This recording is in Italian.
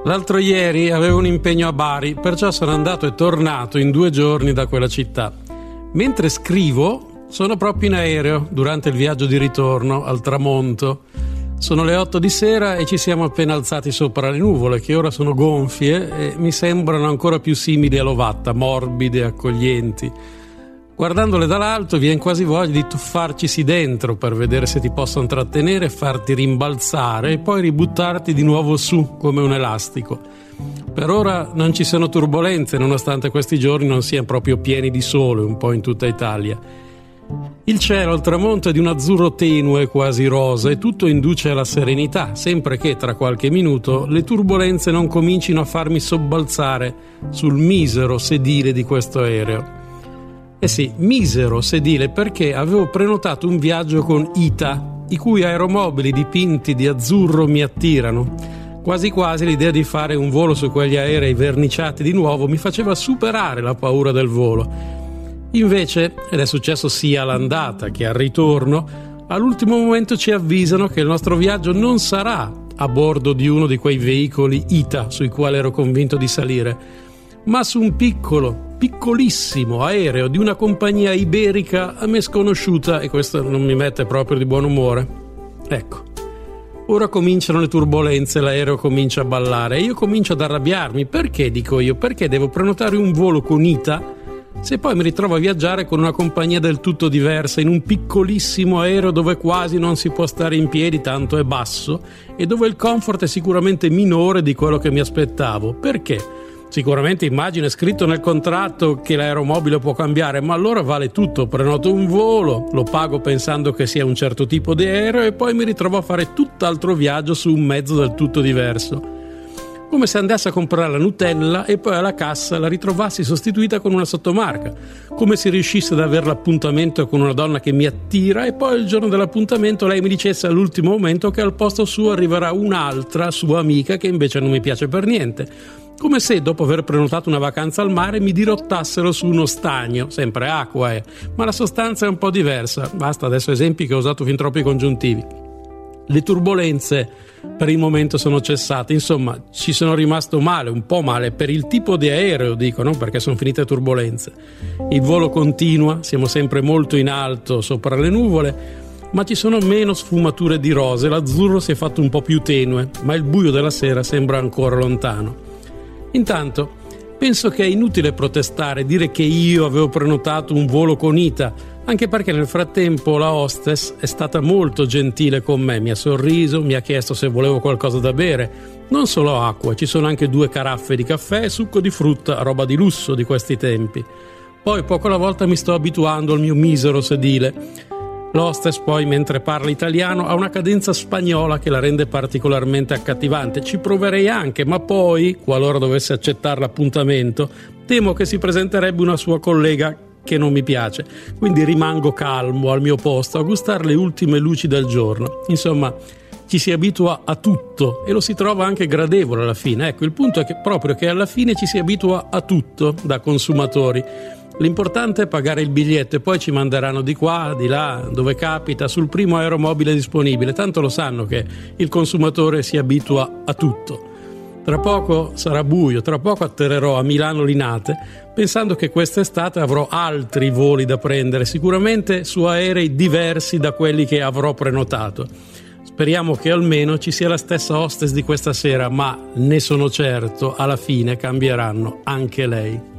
L'altro ieri avevo un impegno a Bari, perciò sono andato e tornato in 2 giorni da quella città. Mentre scrivo, sono proprio in aereo durante il viaggio di ritorno al tramonto. Sono le 8 di sera e ci siamo appena alzati sopra le nuvole, che ora sono gonfie e mi sembrano ancora più simili all'ovatta, morbide e accoglienti. Guardandole dall'alto viene quasi voglia di tuffarcisi dentro per vedere se ti possono trattenere, farti rimbalzare e poi ributtarti di nuovo su come un elastico. Per ora non ci sono turbolenze, nonostante questi giorni non siano proprio pieni di sole un po' in tutta Italia. Il cielo al tramonto è di un azzurro tenue, quasi rosa, e tutto induce alla serenità, sempre che tra qualche minuto le turbolenze non comincino a farmi sobbalzare sul misero sedile di questo aereo. Eh sì, misero sedile, perché avevo prenotato un viaggio con ITA, i cui aeromobili dipinti di azzurro mi attirano. Quasi quasi l'idea di fare un volo su quegli aerei verniciati di nuovo mi faceva superare la paura del volo. Invece, ed è successo sia all'andata che al ritorno, all'ultimo momento ci avvisano che il nostro viaggio non sarà a bordo di uno di quei veicoli ITA sui quali ero convinto di salire, ma su un piccolissimo aereo di una compagnia iberica a me sconosciuta, e questo non mi mette proprio di buon umore. Ecco, ora cominciano le turbolenze, l'aereo comincia a ballare e io comincio ad arrabbiarmi. Perché, dico io, perché devo prenotare un volo con ITA se poi mi ritrovo a viaggiare con una compagnia del tutto diversa in un piccolissimo aereo dove quasi non si può stare in piedi, tanto è basso, e dove il comfort è sicuramente minore di quello che mi aspettavo? Perché? Sicuramente immagino è scritto nel contratto che l'aeromobile può cambiare, ma allora vale tutto. Prenoto un volo, lo pago pensando che sia un certo tipo di aereo e poi mi ritrovo a fare tutt'altro viaggio su un mezzo del tutto diverso. Come se andassi a comprare la Nutella e poi alla cassa la ritrovassi sostituita con una sottomarca. Come se riuscissi ad avere l'appuntamento con una donna che mi attira e poi il giorno dell'appuntamento lei mi dicesse all'ultimo momento che al posto suo arriverà un'altra sua amica che invece non mi piace per niente. Come se dopo aver prenotato una vacanza al mare mi dirottassero su uno stagno, sempre acqua ma la sostanza è un po' diversa. Basta adesso esempi che ho usato fin troppi congiuntivi. Le turbolenze per il momento sono cessate, insomma ci sono rimasto male, un po' male per il tipo di aereo, dico, non perché sono finite turbolenze. Il volo continua, siamo sempre molto in alto sopra le nuvole, ma ci sono meno sfumature di rose, l'azzurro si è fatto un po' più tenue, ma il buio della sera sembra ancora lontano. Intanto penso che è inutile protestare, dire che io avevo prenotato un volo con ITA, anche perché nel frattempo la hostess è stata molto gentile con me, mi ha sorriso, mi ha chiesto se volevo qualcosa da bere, non solo acqua, ci sono anche 2 caraffe di caffè e succo di frutta, roba di lusso di questi tempi. Poi poco alla volta mi sto abituando al mio misero sedile. L'hostess poi, mentre parla italiano, ha una cadenza spagnola che la rende particolarmente accattivante. Ci proverei anche, ma poi, qualora dovesse accettare l'appuntamento, temo che si presenterebbe una sua collega che non mi piace. Quindi rimango calmo al mio posto a gustare le ultime luci del giorno. Insomma, ci si abitua a tutto e lo si trova anche gradevole alla fine. Ecco, il punto è che proprio che alla fine ci si abitua a tutto da consumatori. L'importante è pagare il biglietto e poi ci manderanno di qua, di là, dove capita, sul primo aeromobile disponibile. Tanto lo sanno che il consumatore si abitua a tutto. Tra poco sarà buio, tra poco atterrerò a Milano Linate, pensando che quest'estate avrò altri voli da prendere, sicuramente su aerei diversi da quelli che avrò prenotato. Speriamo che almeno ci sia la stessa hostess di questa sera, ma ne sono certo, alla fine cambieranno anche lei.